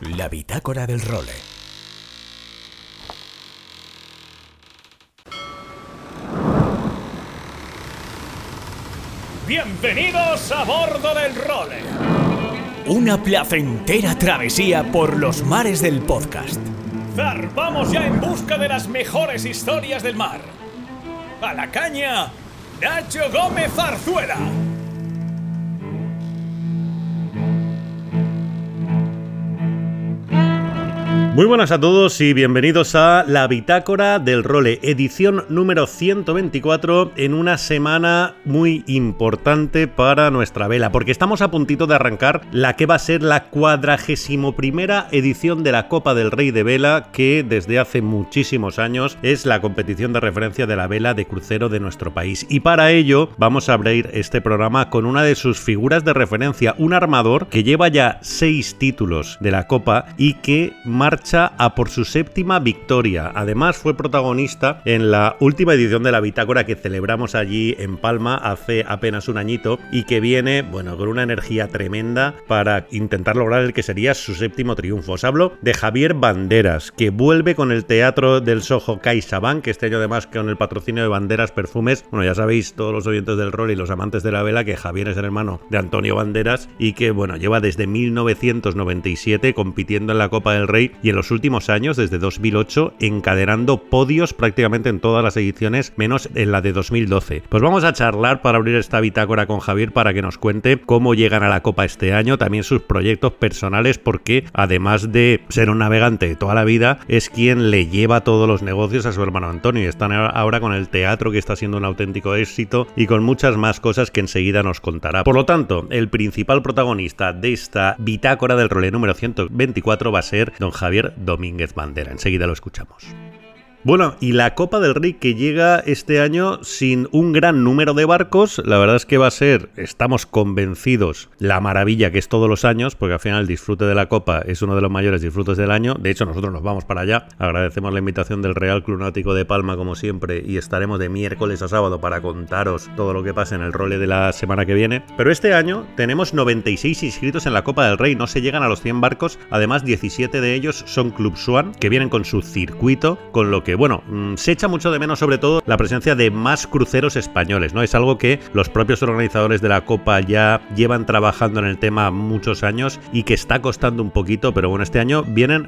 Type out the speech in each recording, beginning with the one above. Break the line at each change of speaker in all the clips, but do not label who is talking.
La bitácora del Role.
Bienvenidos a bordo del Role.
Una placentera travesía por los mares del podcast.
Zarpamos ya en busca de las mejores historias del mar. A la caña, Nacho Gómez Zarzuela.
Muy buenas a todos y bienvenidos a La Bitácora del Role, edición número 124, en una semana muy importante para nuestra vela, porque estamos a puntito de arrancar la que va a ser la 41ª edición de la Copa del Rey de Vela, que desde hace muchísimos años es la competición de referencia de la vela de crucero de nuestro país. Y para ello vamos a abrir este programa con una de sus figuras de referencia, un armador que lleva ya 6 títulos de la Copa y que marcha a por su 7ª victoria. Además fue protagonista en la última edición de la Bitácora que celebramos allí en Palma hace apenas un añito y que viene, bueno, con una energía tremenda para intentar lograr el que sería su 7º triunfo. Os hablo de Javier Banderas, que vuelve con el Teatro del Soho CaixaBank, que este año además con el patrocinio de Banderas Perfumes. Bueno, ya sabéis todos los oyentes del rol y los amantes de la vela que Javier es el hermano de Antonio Banderas y que, bueno, lleva desde 1997 compitiendo en la Copa del Rey y en los últimos años, desde 2008, encadenando podios prácticamente en todas las ediciones, menos en la de 2012. Pues vamos a charlar para abrir esta bitácora con Javier para que nos cuente cómo llegan a la Copa este año, también sus proyectos personales, porque además de ser un navegante de toda la vida, es quien le lleva todos los negocios a su hermano Antonio y están ahora con el teatro, que está siendo un auténtico éxito, y con muchas más cosas que enseguida nos contará. Por lo tanto, el principal protagonista de esta bitácora del Role número 124 va a ser don Javier Domínguez Bandera. Enseguida lo escuchamos. Bueno, y la Copa del Rey que llega este año sin un gran número de barcos, la verdad es que va a ser, estamos convencidos, la maravilla que es todos los años, porque al final el disfrute de la Copa es uno de los mayores disfrutes del año. De hecho, nosotros nos vamos para allá. Agradecemos la invitación del Real Club Náutico de Palma, como siempre, y estaremos de miércoles a sábado para contaros todo lo que pasa en el role de la semana que viene. Pero este año tenemos 96 inscritos en la Copa del Rey, no se llegan a los 100 barcos, además 17 de ellos son Club Swan, que vienen con su circuito, con lo que, bueno, se echa mucho de menos sobre todo la presencia de más cruceros españoles, ¿no? Es algo que los propios organizadores de la Copa ya llevan trabajando en el tema muchos años y que está costando un poquito, pero bueno, este año vienen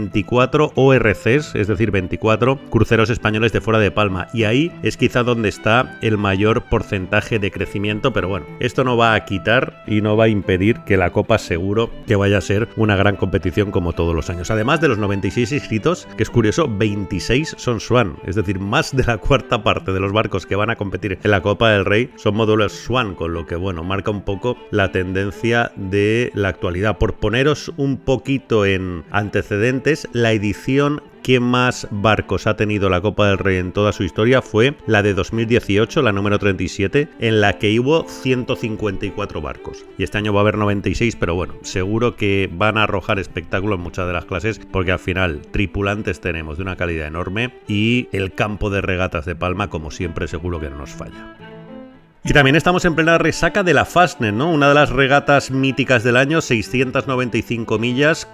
24 ORCs, es decir, 24 cruceros españoles de fuera de Palma, y ahí es quizá donde está el mayor porcentaje de crecimiento, pero bueno, esto no va a quitar y no va a impedir que la Copa seguro que vaya a ser una gran competición como todos los años. Además de los 96 inscritos, que es curioso, 26 son Swan, es decir, más de la cuarta parte de los barcos que van a competir en la Copa del Rey son módulos Swan, con lo que, bueno, marca un poco la tendencia de la actualidad. Por poneros un poquito en antecedentes, la edición que más barcos ha tenido la Copa del Rey en toda su historia fue la de 2018, la número 37, en la que hubo 154 barcos. Y este año va a haber 96, pero bueno, seguro que van a arrojar espectáculo en muchas de las clases, porque al final tripulantes tenemos de una calidad enorme y el campo de regatas de Palma, como siempre, seguro que no nos falla. Y también estamos en plena resaca de la Fastnet, ¿no? Una de las regatas míticas del año, 695 millas,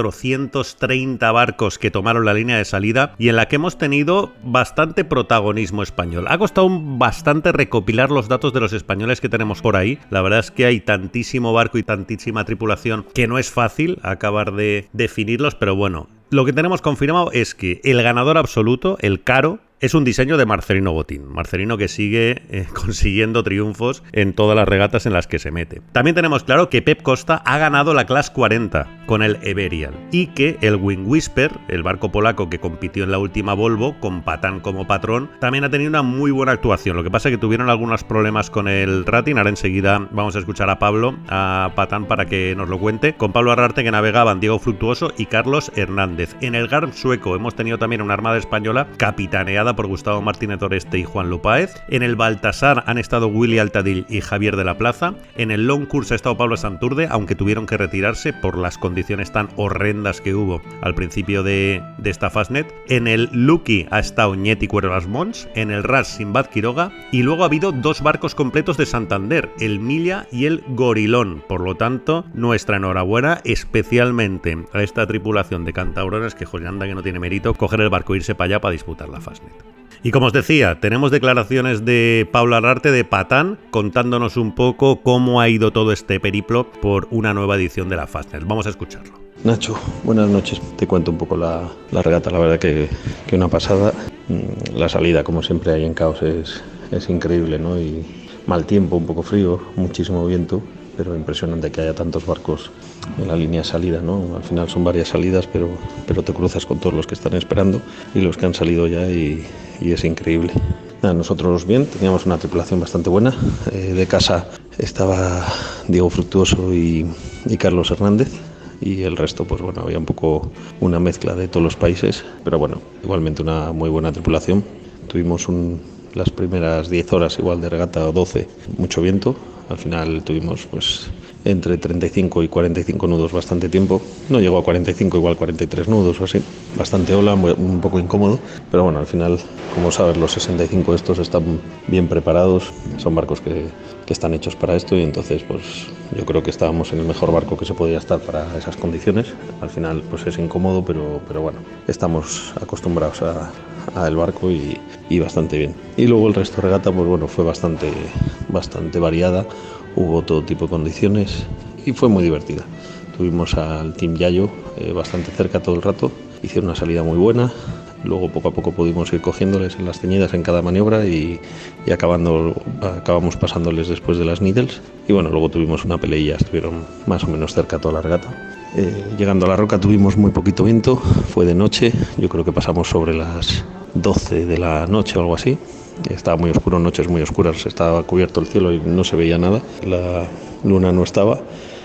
430 barcos que tomaron la línea de salida y en la que hemos tenido bastante protagonismo español. Ha costado bastante recopilar los datos de los españoles que tenemos por ahí. La verdad es que hay tantísimo barco y tantísima tripulación que no es fácil acabar de definirlos, pero bueno, lo que tenemos confirmado es que el ganador absoluto, el Caro, es un diseño de Marcelino Botín. Marcelino que sigue consiguiendo triunfos en todas las regatas en las que se mete. También tenemos claro que Pep Costa ha ganado la Class 40 con el Eberial y que el Wind Whisper, el barco polaco que compitió en la última Volvo con Patán como patrón, también ha tenido una muy buena actuación. Lo que pasa es que tuvieron algunos problemas con el rating. Ahora enseguida vamos a escuchar a Pablo, a Patán, para que nos lo cuente. Con Pablo Arrarte, que navegaban Diego Fructuoso y Carlos Hernández. En el GARM sueco hemos tenido también una armada española capitaneada liderada por Gustavo Martínez Oreste y Juan Lupáez. En el Baltasar han estado Willy Altadil y Javier de la Plaza. En el Long Course ha estado Pablo Santurde, aunque tuvieron que retirarse por las condiciones tan horrendas que hubo al principio de esta Fastnet. En el Lucky ha estado Ñeti Cuervas Mons. En el Ras Sinbad Quiroga. Y luego ha habido 2 barcos completos de Santander, el Milla y el Gorilón. Por lo tanto, nuestra enhorabuena especialmente a esta tripulación de cantaurones que anda que no tiene mérito coger el barco e irse para allá para disputar la Fastnet. Y como os decía, tenemos declaraciones de Pablo Arrarte de Patán contándonos un poco cómo ha ido todo este periplo por una nueva edición de la Fastnet. Vamos a escucharlo.
Nacho, buenas noches. Te cuento un poco la regata, la verdad que una pasada. La salida, como siempre, ahí en Caos es increíble, ¿no? Y mal tiempo, un poco frío, muchísimo viento, pero impresionante que haya tantos barcos en la línea de salida, ¿no? Al final son varias salidas, pero te cruzas con todos los que están esperando y los que han salido ya y es increíble. Nada, nosotros bien, teníamos una tripulación bastante buena. De casa estaba Diego Fructuoso y Carlos Hernández. Y el resto, pues bueno, había un poco una mezcla de todos los países, pero bueno, igualmente una muy buena tripulación. Tuvimos las primeras 10 horas igual de regata o 12, mucho viento. Al final tuvimos pues entre 35 y 45 nudos bastante tiempo. No llegó a 45, igual 43 nudos o así. Bastante ola, un poco incómodo. Pero bueno, al final, como sabes, los 65 estos están bien preparados. Son barcos que están hechos para esto y entonces pues yo creo que estábamos en el mejor barco que se podía estar para esas condiciones. Al final pues es incómodo, pero bueno, estamos acostumbrados a el barco y bastante bien. Y luego el resto de regata pues bueno, fue bastante variada. Hubo todo tipo de condiciones y fue muy divertida. Tuvimos al Team Yayo bastante cerca todo el rato, hicieron una salida muy buena, luego poco a poco pudimos ir cogiéndoles en las ceñidas en cada maniobra y acabamos pasándoles después de las needles y bueno, luego tuvimos una peleilla, estuvieron más o menos cerca toda la regata. Llegando a la roca tuvimos muy poquito viento, fue de noche, yo creo que pasamos sobre las 12 de la noche o algo así. Estaba muy oscuro, noches muy oscuras, estaba cubierto el cielo y no se veía nada, la luna no estaba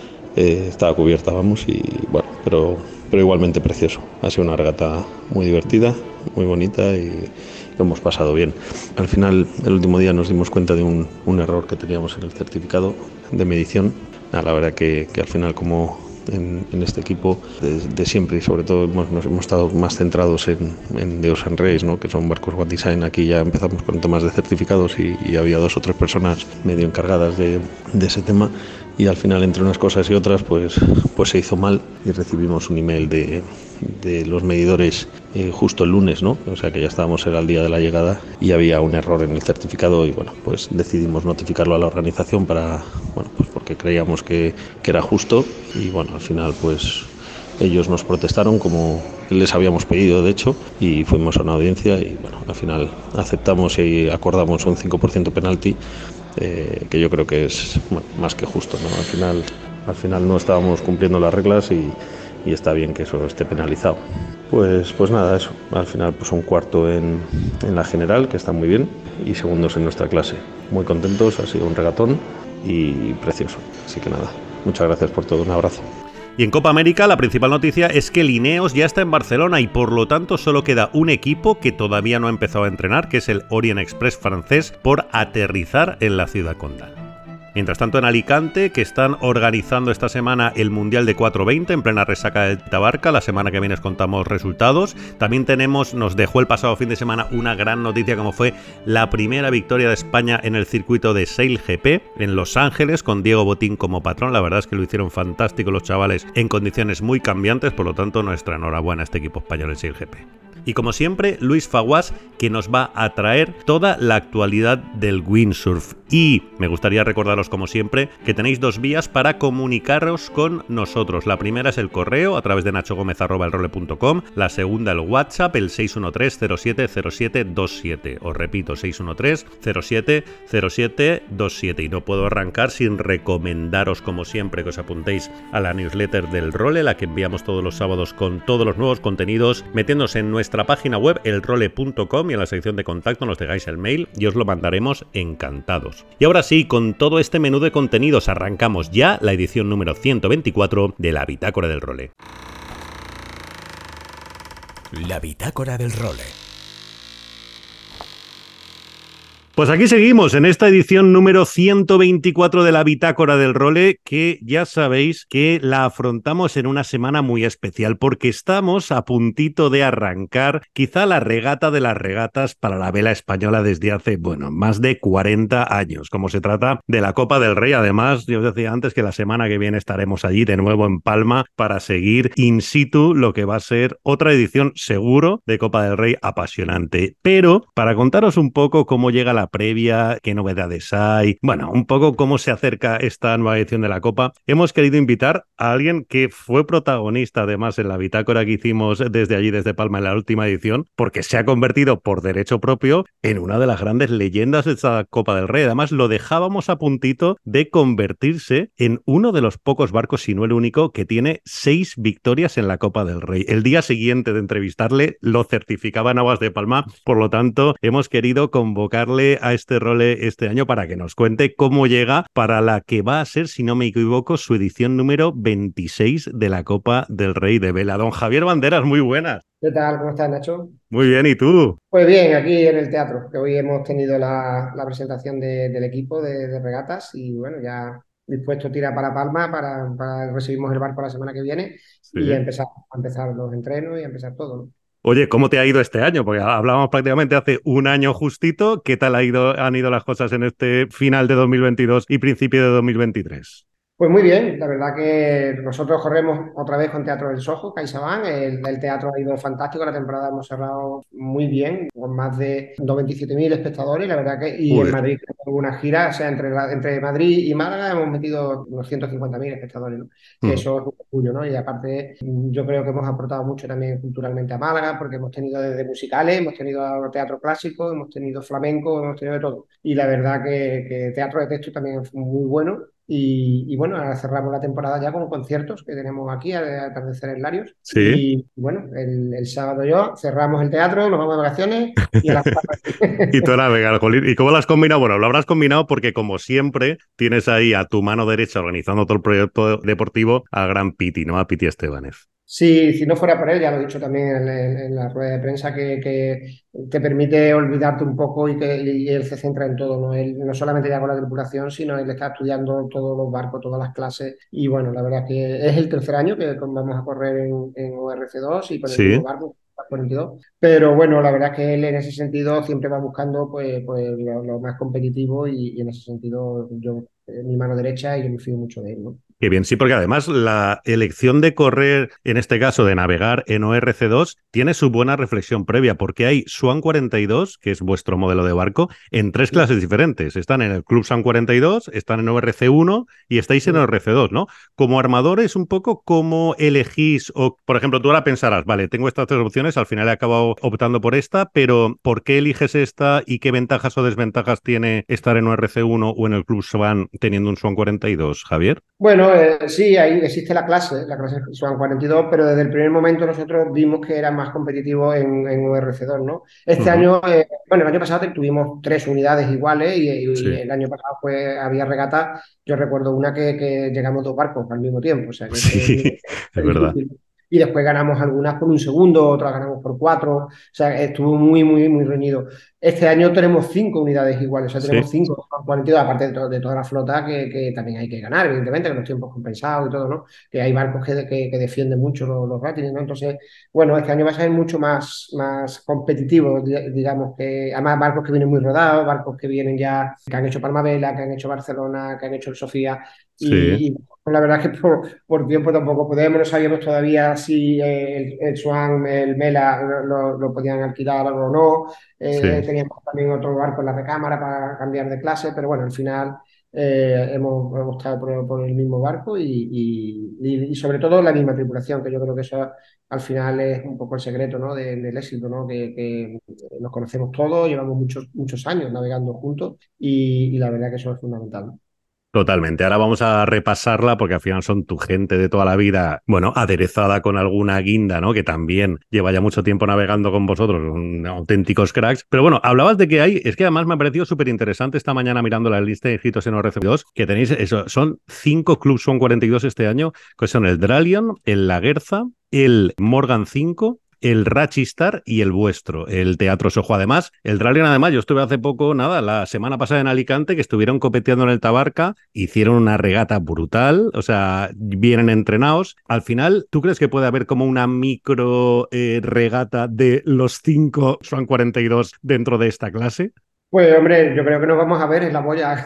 cubierta, vamos, y bueno, pero igualmente precioso. Ha sido una regata muy divertida, muy bonita y lo hemos pasado bien. Al final, el último día nos dimos cuenta de un error que teníamos en el certificado de medición. La verdad que al final, como en este equipo de siempre y sobre todo hemos estado más centrados en The Ocean Race, ¿no? Que son barcos One Design. Aquí ya empezamos con temas de certificados y había 2 o 3 personas medio encargadas de ese tema y al final entre unas cosas y otras pues se hizo mal y recibimos un email de los medidores justo el lunes, ¿no? O sea que ya estábamos, era el día de la llegada y había un error en el certificado y bueno, pues decidimos notificarlo a la organización para, bueno, pues porque creíamos que era justo y bueno, al final pues ellos nos protestaron como les habíamos pedido de hecho y fuimos a una audiencia y bueno, al final aceptamos y acordamos un 5% penalti que yo creo que es bueno, más que justo, ¿no? Al final no estábamos cumpliendo las reglas y está bien que eso esté penalizado. Pues nada, eso. Al final pues un cuarto en la general, que está muy bien, y segundos en nuestra clase. Muy contentos, ha sido un regatón y precioso. Así que nada, muchas gracias por todo, un abrazo.
Y en Copa América la principal noticia es que el Ineos ya está en Barcelona y por lo tanto solo queda un equipo que todavía no ha empezado a entrenar, que es el Orient Express francés, por aterrizar en la ciudad condal. Mientras tanto, en Alicante, que están organizando esta semana el Mundial de 420 en plena resaca del Tabarca, la semana que viene os contamos resultados. También nos dejó el pasado fin de semana una gran noticia como fue la primera victoria de España en el circuito de Sail GP en Los Ángeles con Diego Botín como patrón. La verdad es que lo hicieron fantástico los chavales en condiciones muy cambiantes, por lo tanto nuestra enhorabuena a este equipo español en Sail GP. Y como siempre, Luis Faguas, que nos va a traer toda la actualidad del windsurf. Y me gustaría recordaros, como siempre, que tenéis 2 vías para comunicaros con nosotros. La primera es el correo a través de nachogomez@elrole.com. La segunda, el WhatsApp, el 613-070727. Os repito, 613-070727. Y no puedo arrancar sin recomendaros, como siempre, que os apuntéis a la newsletter del Role, la que enviamos todos los sábados con todos los nuevos contenidos, metiéndose en nuestra página web elrole.com y en la sección de contacto nos dejáis el mail y os lo mandaremos encantados. Y ahora sí, con todo este menú de contenidos arrancamos ya la edición número 124 de la Bitácora del Role.
La Bitácora del Role.
Pues aquí seguimos en esta edición número 124 de la Bitácora del Role, que ya sabéis que la afrontamos en una semana muy especial porque estamos a puntito de arrancar quizá la regata de las regatas para la vela española desde hace, bueno, más de 40 años, como se trata de la Copa del Rey. Además, yo os decía antes que la semana que viene estaremos allí de nuevo en Palma para seguir in situ lo que va a ser otra edición seguro de Copa del Rey apasionante. Pero para contaros un poco cómo llega la previa, qué novedades hay, bueno, un poco cómo se acerca esta nueva edición de la Copa, hemos querido invitar a alguien que fue protagonista además en la bitácora que hicimos desde allí, desde Palma, en la última edición, porque se ha convertido por derecho propio en una de las grandes leyendas de esta Copa del Rey. Además, lo dejábamos a puntito de convertirse en uno de los pocos barcos, si no el único, que tiene 6 victorias en la Copa del Rey. El día siguiente de entrevistarle lo certificaba en Aguas de Palma, por lo tanto, hemos querido convocarle a este role este año para que nos cuente cómo llega para la que va a ser, si no me equivoco, su edición número 26 de la Copa del Rey de Vela. Don Javier Banderas, muy buenas.
¿Qué tal? ¿Cómo estás, Nacho?
Muy bien, ¿y tú?
Pues bien, aquí en el teatro, que hoy hemos tenido la presentación del equipo de regatas y bueno, ya dispuesto a tirar para Palma para recibimos el barco la semana que viene y
Sí.
a empezar los entrenos y a empezar todo, ¿no?
Oye, ¿cómo te ha ido este año? Porque hablábamos prácticamente hace un año justito. ¿Qué tal han ido las cosas en este final de 2022 y principio de 2023?
Pues muy bien, la verdad que nosotros corremos otra vez con Teatro del Sojo, CaixaBank. El teatro ha ido fantástico, la temporada hemos cerrado muy bien, con más de 97.000 espectadores, la verdad que, y en
Joder.
Madrid hubo una gira, o sea, entre Madrid y Málaga hemos metido unos 150.000 espectadores, ¿no? Que
Mm.
eso es un orgullo, ¿no? Y aparte, yo creo que hemos aportado mucho también culturalmente a Málaga, porque hemos tenido desde musicales, hemos tenido teatro clásico, hemos tenido flamenco, hemos tenido de todo. Y la verdad que teatro de texto también es muy bueno. Y bueno, ahora cerramos la temporada ya con conciertos que tenemos aquí, Atardecer en Larios.
Sí.
Y bueno, el sábado yo cerramos el teatro, nos vamos de vacaciones y a las 4.
Y tú navega, Jolín. ¿Y cómo lo has combinado? Bueno, lo habrás combinado porque, como siempre, tienes ahí a tu mano derecha organizando todo el proyecto deportivo al gran Piti, ¿no? A Piti Estebanez.
Sí, si no fuera por él, ya lo he dicho también en la rueda de prensa, que te permite olvidarte un poco y él se centra en todo, ¿no? Él no solamente ya con la tripulación, sino él está estudiando todos los barcos, todas las clases. Y bueno, la verdad es que es el tercer año que vamos a correr en ORC2 y con el mismo
Sí.
barco. 42. Pero bueno, la verdad es que él en ese sentido siempre va buscando pues lo más competitivo y en ese sentido yo, mi mano derecha y yo me fío mucho de él, ¿no?
Qué bien, sí, porque además la elección de correr, en este caso de navegar en ORC2, tiene su buena reflexión previa, porque hay Swan 42, que es vuestro modelo de barco, en 3 clases diferentes. Están en el Club Swan 42, están en ORC1 y estáis en ORC2, ¿no? Como armadores, un poco cómo elegís, o por ejemplo, tú ahora pensarás, vale, tengo estas 3 opciones, al final he acabado optando por esta, pero ¿por qué eliges esta y qué ventajas o desventajas tiene estar en ORC1 o en el Club Swan teniendo un Swan 42, Javier?
Bueno, sí, ahí existe la clase Swan 42, pero desde el primer momento nosotros vimos que era más competitivo en URC2, ¿no? Este
Ujú.
año, bueno, el año pasado tuvimos 3 unidades iguales y
Sí,
el año pasado pues había regatas, yo recuerdo una que llegamos 2 barcos al mismo tiempo, o sea que
sí, es
fue
verdad.
difícil. Y después ganamos algunas por un segundo, otras ganamos por 4, o sea, estuvo muy, muy, muy reñido. Este año tenemos 5 unidades iguales, o sea,
Sí,
tenemos 5 42, aparte de toda la flota que también hay que ganar, evidentemente, que los tiempos compensados y todo, ¿no? Que hay barcos que defienden mucho los ratings, ¿no? Entonces, bueno, este año va a ser mucho más competitivo, digamos, que además barcos que vienen muy rodados, barcos que vienen ya, que han hecho Palmavela, que han hecho Barcelona, que han hecho el Sofía,
sí,
y la verdad es que por tiempo tampoco podemos, no sabíamos todavía si el Swan, el Mela lo podían alquilar o no.
sí.
Teníamos también otro barco en la recámara para cambiar de clase, pero bueno, al final hemos estado por el mismo barco y sobre todo la misma tripulación, que yo creo que eso al final es un poco el secreto, ¿no? Del éxito, ¿no? Que nos conocemos todos, llevamos muchos años navegando juntos y la verdad que eso es fundamental, ¿no?
Totalmente. Ahora vamos a repasarla porque al final son tu gente de toda la vida, bueno, aderezada con alguna guinda, ¿no? Que también lleva ya mucho tiempo navegando con vosotros, son auténticos cracks. Pero bueno, hablabas de que hay, es que además me ha parecido súper interesante esta mañana mirando la lista de inscritos en ORC2, que tenéis eso, son 5 clubs, son 42 este año, que son el Dralion, el Laguerza, el Morgan 5, el Rachistar y el vuestro, el Teatro Sojo. Además, el rally, además, yo estuve hace poco, nada, la semana pasada en Alicante, que estuvieron copeteando en el Tabarca, hicieron una regata brutal, o sea, vienen entrenados. Al final, ¿tú crees que puede haber como una micro regata de los 5 Swan 42 dentro de esta clase?
Pues hombre, yo creo que nos vamos a ver en la boya.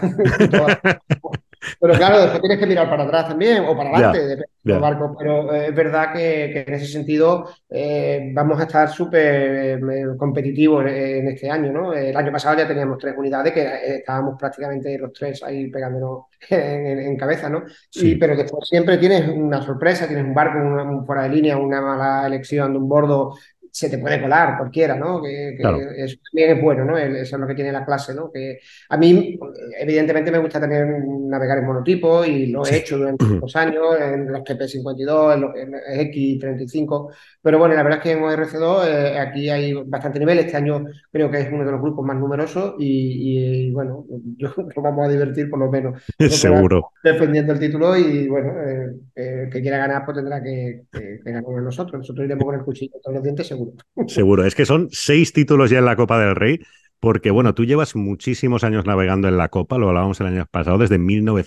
Pero claro, después tienes que mirar para atrás también o para
Ya,
adelante, depende de los
ya.
barcos. Pero es verdad que en ese sentido vamos a estar súper competitivos en este año, ¿no? El año pasado ya teníamos 3 unidades que estábamos prácticamente los tres ahí pegándonos en cabeza, ¿no?
Sí,
Pero después siempre tienes una sorpresa, tienes un barco un fuera de línea, una mala elección de un bordo, se te puede colar cualquiera, ¿no?
claro.
Que eso también es bueno, ¿no? Eso es lo que tiene la clase, ¿no? Que a mí, evidentemente, me gusta también navegar en monotipo y lo he
Sí.
hecho durante muchos años en los TP52, en los X35, pero bueno, la verdad es que en ORC2 aquí hay bastante nivel. Este año creo que es uno de los grupos más numerosos bueno, yo nos vamos a divertir por lo menos. Nosotros ahora
Seguro.
estamos defendiendo el título y bueno, el que quiera ganar pues tendrá que ganar con nosotros. Nosotros iremos con el cuchillo todos los dientes seguro.
Seguro, es que son 6 títulos ya en la Copa del Rey, porque bueno, tú llevas muchísimos años navegando en la Copa, lo hablábamos el año pasado, desde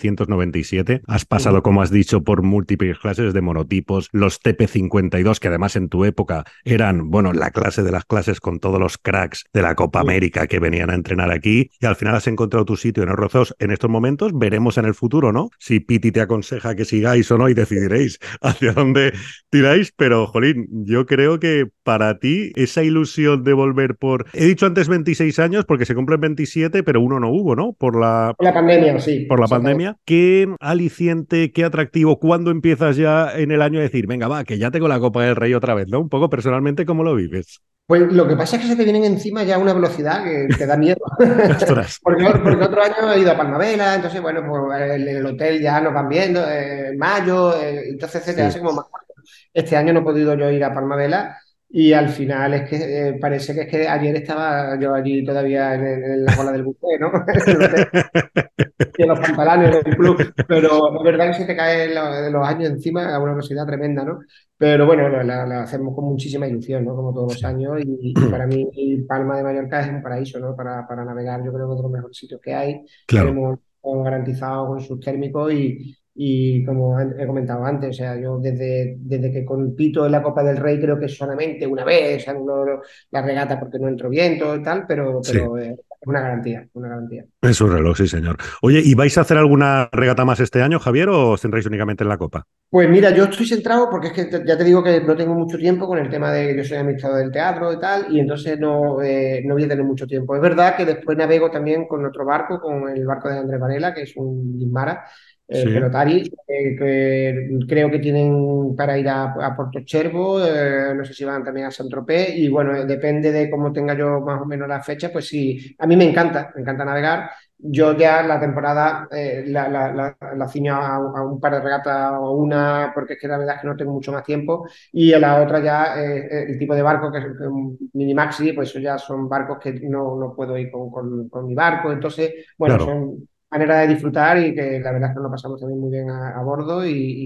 1997. Has pasado, como has dicho, por múltiples clases de monotipos, los TP52, que además en tu época eran, bueno, la clase de las clases con todos los cracks de la Copa América que venían a entrenar aquí, y al final has encontrado tu sitio en Rozos en estos momentos. Veremos en el futuro, ¿no? Si Piti te aconseja que sigáis o no y decidiréis hacia dónde tiráis, pero jolín, yo creo que para ti esa ilusión de volver por... He dicho antes 26 años porque se cumplen 27, pero uno no hubo, ¿no?
La pandemia, sí,
Por la
exactamente.
pandemia. ¿Qué aliciente, qué atractivo? ¿Cuándo empiezas ya en el año a decir, venga, va, que ya tengo la Copa del Rey otra vez, ¿no? Un poco personalmente, ¿cómo lo vives?
Pues lo que pasa es que se te vienen encima ya a una velocidad que te da miedo.
Ostras.
Porque otro año he ido a Palmavela, entonces, bueno, pues el hotel ya nos van viendo en mayo, entonces se te
Sí.
hace como más corto. Este año no he podido yo ir a Palmavela y al final es que parece que es que ayer estaba yo allí todavía en la cola del buffet, ¿no? En el hotel de los pantalones del club, pero es verdad que se te caen los años encima a una velocidad tremenda, ¿no? Pero bueno, la hacemos con muchísima ilusión, ¿no? Como todos los
Sí.
años, y para mí Palma de Mallorca es un paraíso, ¿no? Para navegar, yo creo que es de los mejores sitios que hay.
Claro.
Tenemos todo garantizado con sus térmicos y como he comentado antes, o sea, yo desde que compito en la Copa del Rey creo que solamente una vez anuló la regata porque no entró viento y tal,
Sí.
pero es una garantía, una garantía.
Es un reloj, sí, señor. Oye, ¿y vais a hacer alguna regata más este año, Javier, o os centráis únicamente en la Copa?
Pues mira, yo estoy centrado porque es que ya te digo que no tengo mucho tiempo con el tema de que yo soy administrador del teatro y tal, y entonces no voy a tener mucho tiempo. Es verdad que después navego también con otro barco, con el barco de Andrés Varela, que es un Guimara,
Sí,
Pelotari, que creo que tienen para ir a Puerto Cherbo, no sé si van también a Saint-Tropez, y bueno, depende de cómo tenga yo más o menos la fecha, pues sí, a mí me encanta navegar. Yo ya la temporada la ciño a un par de regatas o una, porque es que la verdad es que no tengo mucho más tiempo, y a la otra ya el tipo de barco que es un mini maxi, pues eso ya son barcos que no puedo ir con mi barco, entonces, bueno,
claro.
son maneras de disfrutar y que la verdad es que nos lo pasamos también muy bien a bordo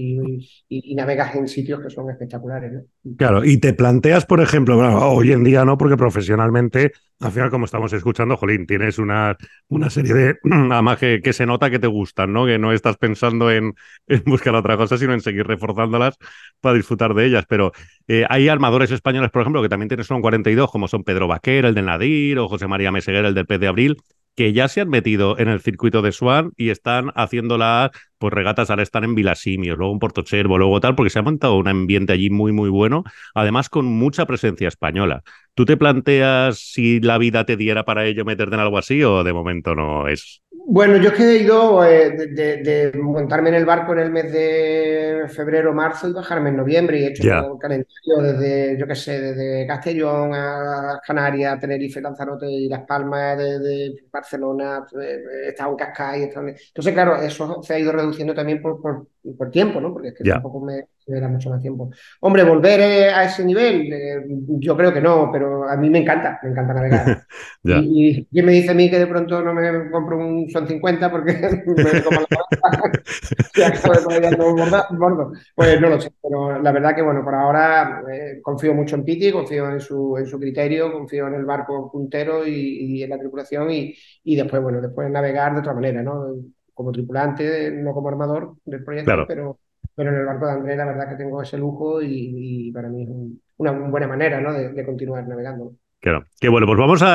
y navegas en sitios que son espectaculares, ¿no?
Claro, y te planteas, por ejemplo, bueno, hoy en día no, porque profesionalmente, al final, como estamos escuchando, jolín, tienes una serie de, además que se nota que te gustan, ¿no? Que no estás pensando en buscar otra cosa, sino en seguir reforzándolas para disfrutar de ellas. Pero hay armadores españoles, por ejemplo, que también tienen son 42, como son Pedro Vaquer, el del Nadir, o José María Meseguer, el del Pez de Abril, que ya se han metido en el circuito de Swan y están haciéndolas pues regatas, ahora están en Vilasimios, luego en Portochervo, luego tal, porque se ha montado un ambiente allí muy, muy bueno, además con mucha presencia española. ¿Tú te planteas si la vida te diera para ello meterte en algo así o de momento no es?
Bueno, yo es que he ido de montarme en el barco en el mes de febrero, marzo y bajarme en noviembre y he hecho
Ya,
todo el calendario desde, yo qué sé, desde Castellón a Canarias, Tenerife, Lanzarote y Las Palmas, de Barcelona, he estado en Cascais. Entonces, claro, eso se ha ido reduciendo también por tiempo, ¿no? Porque es que
ya.
tampoco me da mucho más tiempo. Hombre, volver a ese nivel, yo creo que no, pero a mí me encanta navegar.
Ya.
¿Y quién me dice a mí que de pronto no me compro un son 50 porque me como la cabeza y acabo de poner todo gordo. Pues no lo sé, pero la verdad que bueno, por ahora confío mucho en Piti, confío en su criterio, confío en el barco puntero y en la tripulación y después, bueno, después navegar de otra manera, ¿no? Como tripulante, no como armador del proyecto,
Claro.
pero en el barco de Andrés la verdad que tengo ese lujo y para mí es una buena manera, ¿no? de continuar navegando.
Claro. Que bueno, pues vamos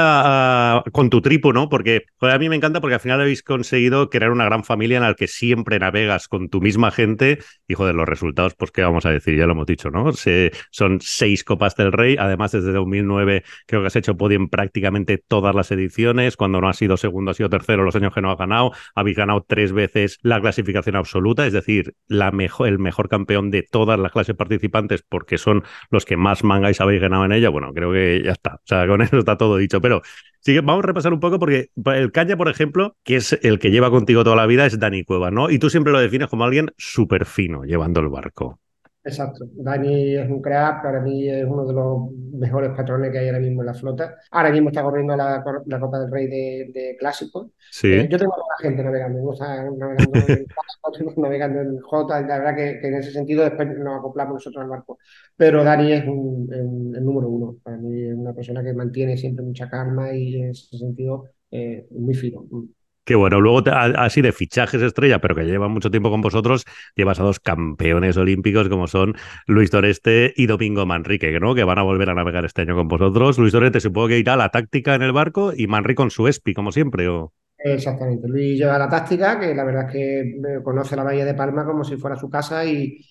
con tu tripu, ¿no? Porque joder, a mí me encanta porque al final habéis conseguido crear una gran familia en la que siempre navegas con tu misma gente y joder, los resultados, pues qué vamos a decir, ya lo hemos dicho, ¿no? Son 6 Copas del Rey, además desde 2009 creo que has hecho podio en prácticamente todas las ediciones, cuando no has sido segundo, has sido tercero los años que no has ganado, habéis ganado 3 veces la clasificación absoluta, es decir, el mejor campeón de todas las clases participantes porque son los que más mangáis habéis ganado en ella, bueno, creo que ya está. O sea, con eso está todo dicho. Pero sí que vamos a repasar un poco porque el Caña, por ejemplo, que es el que lleva contigo toda la vida, es Dani Cuevas, ¿no? Y tú siempre lo defines como alguien súper fino llevando el barco.
Exacto. Dani es un crack, para mí es uno de los mejores patrones que hay ahora mismo en la flota. Ahora mismo está corriendo la Copa del Rey de Clásicos.
Sí.
Yo tengo a la gente navegando, uno está navegando en Clásico, otro navegando en Jota, y la verdad que en ese sentido después nos acoplamos nosotros al barco. Pero Dani es el número uno, para mí es una persona que mantiene siempre mucha calma y en ese sentido muy fino.
Que bueno, luego así de fichajes estrella, pero que llevan mucho tiempo con vosotros, llevas a 2 campeones olímpicos como son Luis Doreste y Domingo Manrique, ¿no? Que van a volver a navegar este año con vosotros. Luis Doreste supongo que irá a la táctica en el barco y Manrique con su espi, como siempre, ¿o?
Exactamente. Luis lleva la táctica, que la verdad es que conoce la Bahía de Palma como si fuera su casa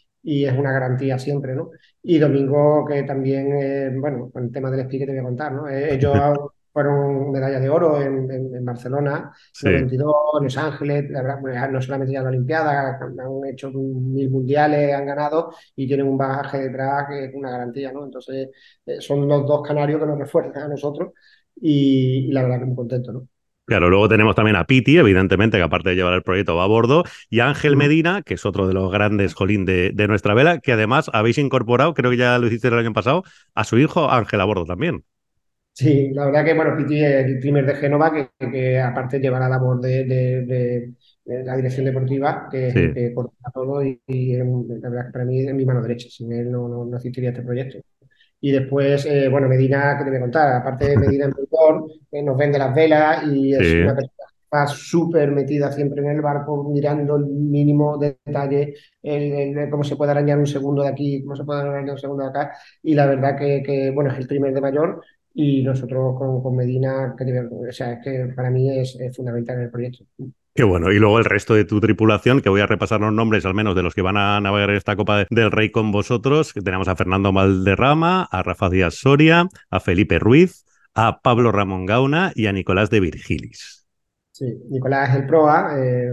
y es una garantía siempre, ¿no? Y Domingo, que también, bueno, con el tema del esquí que te voy a contar, ¿no? Ellos fueron medalla de oro en Barcelona,
Sí.
92, en Los Ángeles, la verdad, pues, no solamente ya la Olimpiada, han hecho 1000 mundiales, han ganado y tienen un bagaje detrás que es una garantía, ¿no? Entonces, son los dos canarios que nos refuerzan a nosotros y la verdad que muy contento, ¿no?
Claro, luego tenemos también a Piti, evidentemente, que aparte de llevar el proyecto va a bordo, y a Ángel Medina, que es otro de los grandes jolín de nuestra vela, que además habéis incorporado, creo que ya lo hiciste el año pasado, a su hijo Ángel a bordo también.
Sí, la verdad que, bueno, Piti es el primer de Génova que aparte lleva la labor de la dirección deportiva, que es el
Sí.
que coordina todo la verdad que para mí es mi mano derecha, sin él no existiría este proyecto. Y después, bueno, Medina, que te voy a contar, aparte de Medina en motor, nos vende las velas y es
Sí.
una persona que está súper metida siempre en el barco, mirando el mínimo detalle, cómo se puede arañar un segundo de aquí, cómo se puede arañar un segundo de acá. Y la verdad bueno, es el primer de mayor y nosotros con Medina, o sea, es que para mí es fundamental en el proyecto.
Qué bueno. Y luego el resto de tu tripulación, que voy a repasar los nombres al menos de los que van a navegar en esta Copa del Rey con vosotros, que tenemos a Fernando Valderrama, a Rafa Díaz Soria, a Felipe Ruiz, a Pablo Ramón Gauna y a Nicolás de Virgilis.
Sí, Nicolás es el proa,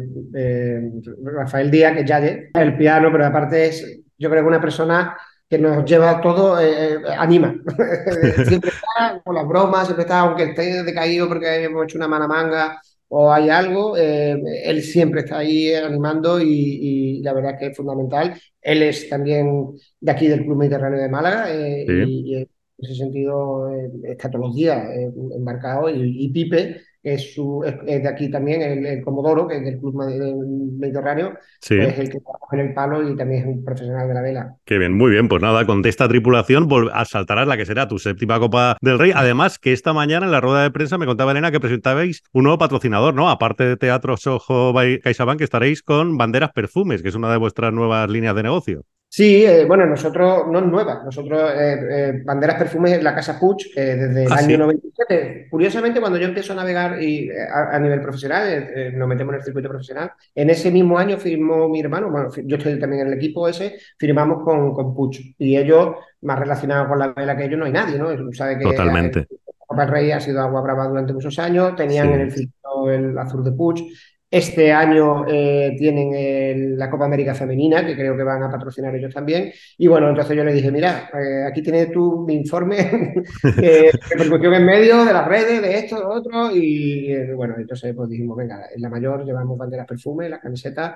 Rafael Díaz, que es Yaye, el piano, pero aparte yo creo que una persona que nos lleva todo, anima. Siempre está con las bromas, siempre está, aunque esté decaído porque hemos hecho una mala manga o hay algo, él siempre está ahí animando y la verdad es que es fundamental. Él es también de aquí del Club Mediterráneo de Málaga
Sí.
en ese sentido está todos los días embarcado y Pipe es de aquí también, el Comodoro, que es del Club Mediterráneo,
Sí.
pues el que trabaja en el palo y también es un profesional de la vela.
Qué bien, muy bien. Pues nada, con esta tripulación saltarás la que será tu séptima Copa del Rey. Además, que esta mañana en la rueda de prensa me contaba Elena que presentabais un nuevo patrocinador, ¿no? Aparte de Teatro Soho by CaixaBank, que estaréis con Banderas Perfumes, que es una de vuestras nuevas líneas de negocio.
Sí, bueno, nosotros, no es nueva, nosotros, Banderas Perfumes, la Casa Puig, desde el
Ah,
año
sí.
97. Curiosamente, cuando yo empiezo a navegar a nivel profesional, nos metemos en el circuito profesional, en ese mismo año firmó mi hermano, bueno, yo estoy también en el equipo ese, firmamos con Puig. Y ellos, más relacionados con la vela que ellos, no hay nadie, ¿no? Sabe que el
Totalmente.
Copa del Rey ha sido agua brava durante muchos años, tenían en el
Sí.
circuito el azul de Puig. Este año tienen la Copa América Femenina, que creo que van a patrocinar ellos también. Y bueno, entonces yo le dije, mira, aquí tienes tú mi informe de repercusión en medio, de las redes, de esto, de lo otro. Y bueno, entonces pues dijimos, venga, en la mayor llevamos Banderas Perfume, las camisetas.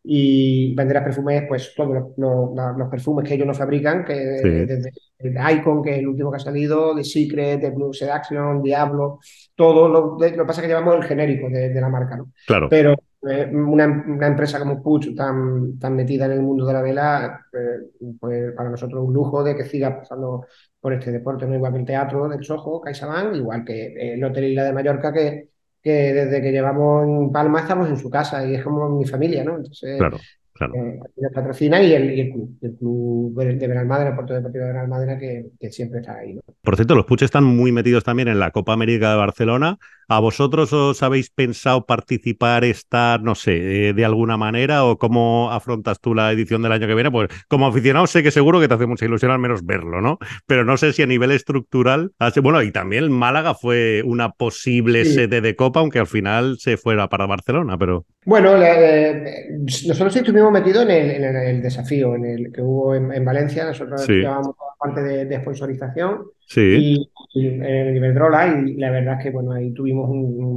y Banderas Perfumes, pues todos los perfumes que ellos nos fabrican, que
Sí,
desde el Icon, que es el último que ha salido, The Secret, The Blue Seduction, Diablo, todo lo que pasa es que llevamos el genérico de la marca, ¿no?
claro.
Pero una empresa como Puig, tan metida en el mundo de la vela, pues para nosotros es un lujo de que siga pasando por este deporte, ¿no? Igual que el teatro del Soho, CaixaBank, igual que el Hotel Isla de Mallorca, que desde que llevamos en Palma estamos en su casa y es como mi familia, ¿no? Entonces,
Claro, claro.
nos patrocina y el club de Benalmádena, el Puerto Deportivo de Benalmádena, que siempre está ahí, ¿no?
Por cierto, los Puig están muy metidos también en la Copa América de Barcelona. ¿A vosotros os habéis pensado participar, estar, no sé, de alguna manera? ¿O cómo afrontas tú la edición del año que viene? Pues como aficionado sé que seguro que te hace mucha ilusión al menos verlo, ¿no? Pero no sé si a nivel estructural... Bueno, y también Málaga fue una posible
Sí.
sede de Copa, aunque al final se fuera para Barcelona, pero...
Bueno, nosotros sí estuvimos metidos en el desafío que hubo en Valencia. Nosotros
Sí,
llevábamos toda la parte de sponsorización
sí,
y en el Iberdrola, y la verdad es que bueno, ahí tuvimos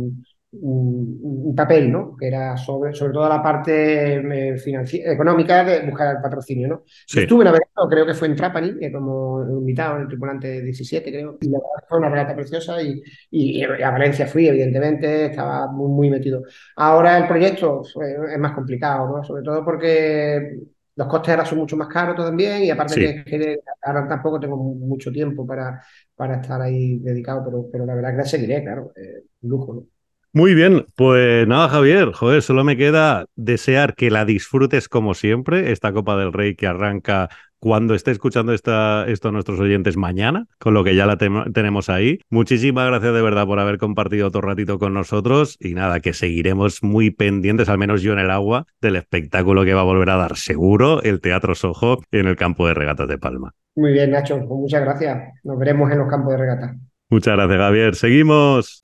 un papel, ¿no? Que era sobre todo la parte económica de buscar el patrocinio, ¿no? Yo
sí.
estuve navegando, creo que fue en Trapani, como invitado en el tripulante 17, creo, y la verdad fue una regata preciosa y a Valencia fui, evidentemente, estaba muy, muy metido. Ahora el proyecto es más complicado, ¿no? Sobre todo porque los costes ahora son mucho más caros también y aparte
Sí.
que ahora tampoco tengo mucho tiempo para estar ahí dedicado, pero la verdad que la seguiré, claro, un lujo, ¿no?
Muy bien, pues nada, Javier, joder, solo me queda desear que la disfrutes como siempre, esta Copa del Rey que arranca cuando esté escuchando esto a nuestros oyentes mañana, con lo que ya la tenemos ahí. Muchísimas gracias de verdad por haber compartido otro ratito con nosotros y nada, que seguiremos muy pendientes, al menos yo en el agua, del espectáculo que va a volver a dar seguro el Teatro Sojo en el campo de regatas de Palma.
Muy bien, Nacho, pues muchas gracias. Nos veremos en los campos de regata.
Muchas gracias, Javier. Seguimos.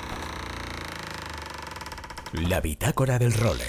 La bitácora del role.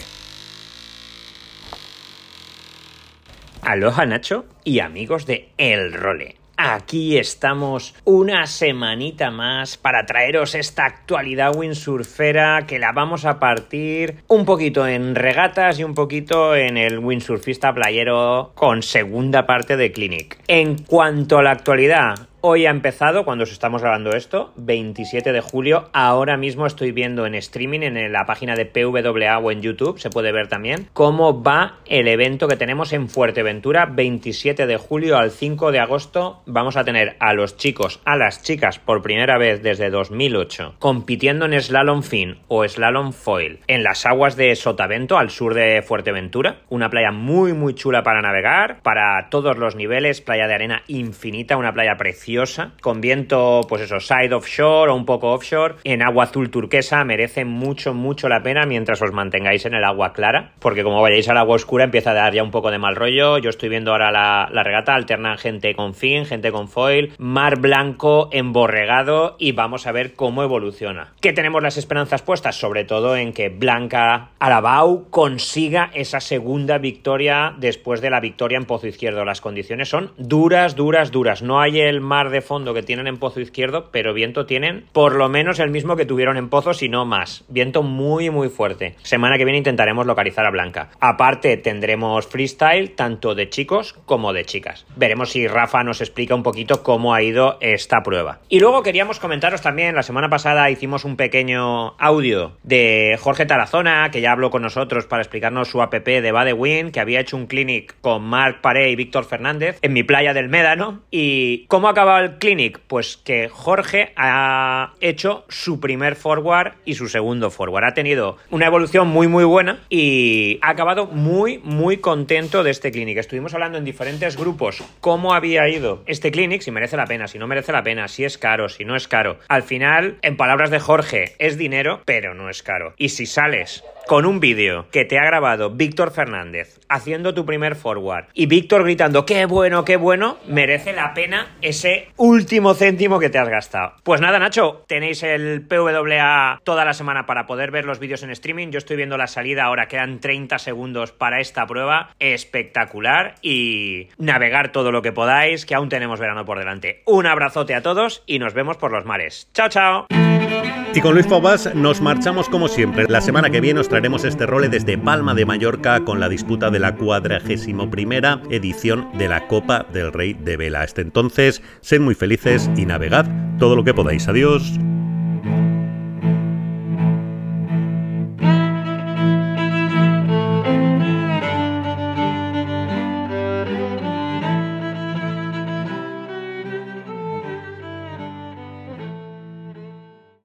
Aloha Nacho y amigos de El Role. Aquí estamos una semanita más para traeros esta actualidad windsurfera que la vamos a partir un poquito en regatas y un poquito en el windsurfista playero con segunda parte de Clinic. En cuanto a la actualidad, hoy ha empezado, cuando os estamos grabando esto, 27 de julio. Ahora mismo estoy viendo en streaming, en la página de PWA o en YouTube, se puede ver también, cómo va el evento que tenemos en Fuerteventura, 27 de julio al 5 de agosto. Vamos a tener a los chicos, a las chicas, por primera vez desde 2008, compitiendo en slalom fin o slalom foil en las aguas de Sotavento, al sur de Fuerteventura. Una playa muy, muy chula para navegar, para todos los niveles, playa de arena infinita, una playa preciosa, con viento, pues eso, side offshore o un poco offshore, en agua azul turquesa. Merece mucho, mucho la pena mientras os mantengáis en el agua clara, porque como vayáis al agua oscura empieza a dar ya un poco de mal rollo. Yo estoy viendo ahora la regata, alternan gente con fin, gente con foil, mar blanco emborregado, y vamos a ver cómo evoluciona. ¿Qué tenemos las esperanzas puestas? Sobre todo en que Blanca Arabau consiga esa segunda victoria después de la victoria en Pozo Izquierdo. Las condiciones son duras, duras, duras. No hay el mar de fondo que tienen en Pozo Izquierdo, pero viento tienen por lo menos el mismo que tuvieron en Pozo, si no más. Viento muy, muy fuerte. Semana que viene intentaremos localizar a Blanca. Aparte tendremos freestyle tanto de chicos como de chicas. Veremos si Rafa nos explica un poquito cómo ha ido esta prueba. Y luego queríamos comentaros también, la semana pasada hicimos un pequeño audio de Jorge Tarazona, que ya habló con nosotros para explicarnos su app de Badewind, que había hecho un clinic con Marc Paré y Víctor Fernández en mi playa del Médano. ¿Y cómo acaba el clinic? Pues que Jorge ha hecho su primer forward y su segundo forward. Ha tenido una evolución muy, muy buena y ha acabado muy, muy contento de este clinic. Estuvimos hablando en diferentes grupos cómo había ido este clinic, si merece la pena, si no merece la pena, si es caro, si no es caro. Al final, en palabras de Jorge, es dinero, pero no es caro. Y si sales con un vídeo que te ha grabado Víctor Fernández haciendo tu primer forward y Víctor gritando qué bueno, merece la pena ese ese último céntimo que te has gastado. Pues nada, Nacho, tenéis el PWA toda la semana para poder ver los vídeos en streaming. Yo estoy viendo la salida, ahora quedan 30 segundos para esta prueba. Espectacular, y navegar todo lo que podáis, que aún tenemos verano por delante. Un abrazote a todos y nos vemos por los mares. ¡Chao, chao!
Y con Luis Fobas nos marchamos como siempre. La semana que viene os traeremos este role desde Palma de Mallorca con la disputa de la 41ª edición de la Copa del Rey de Vela. Hasta entonces, sed muy felices y navegad todo lo que podáis. Adiós.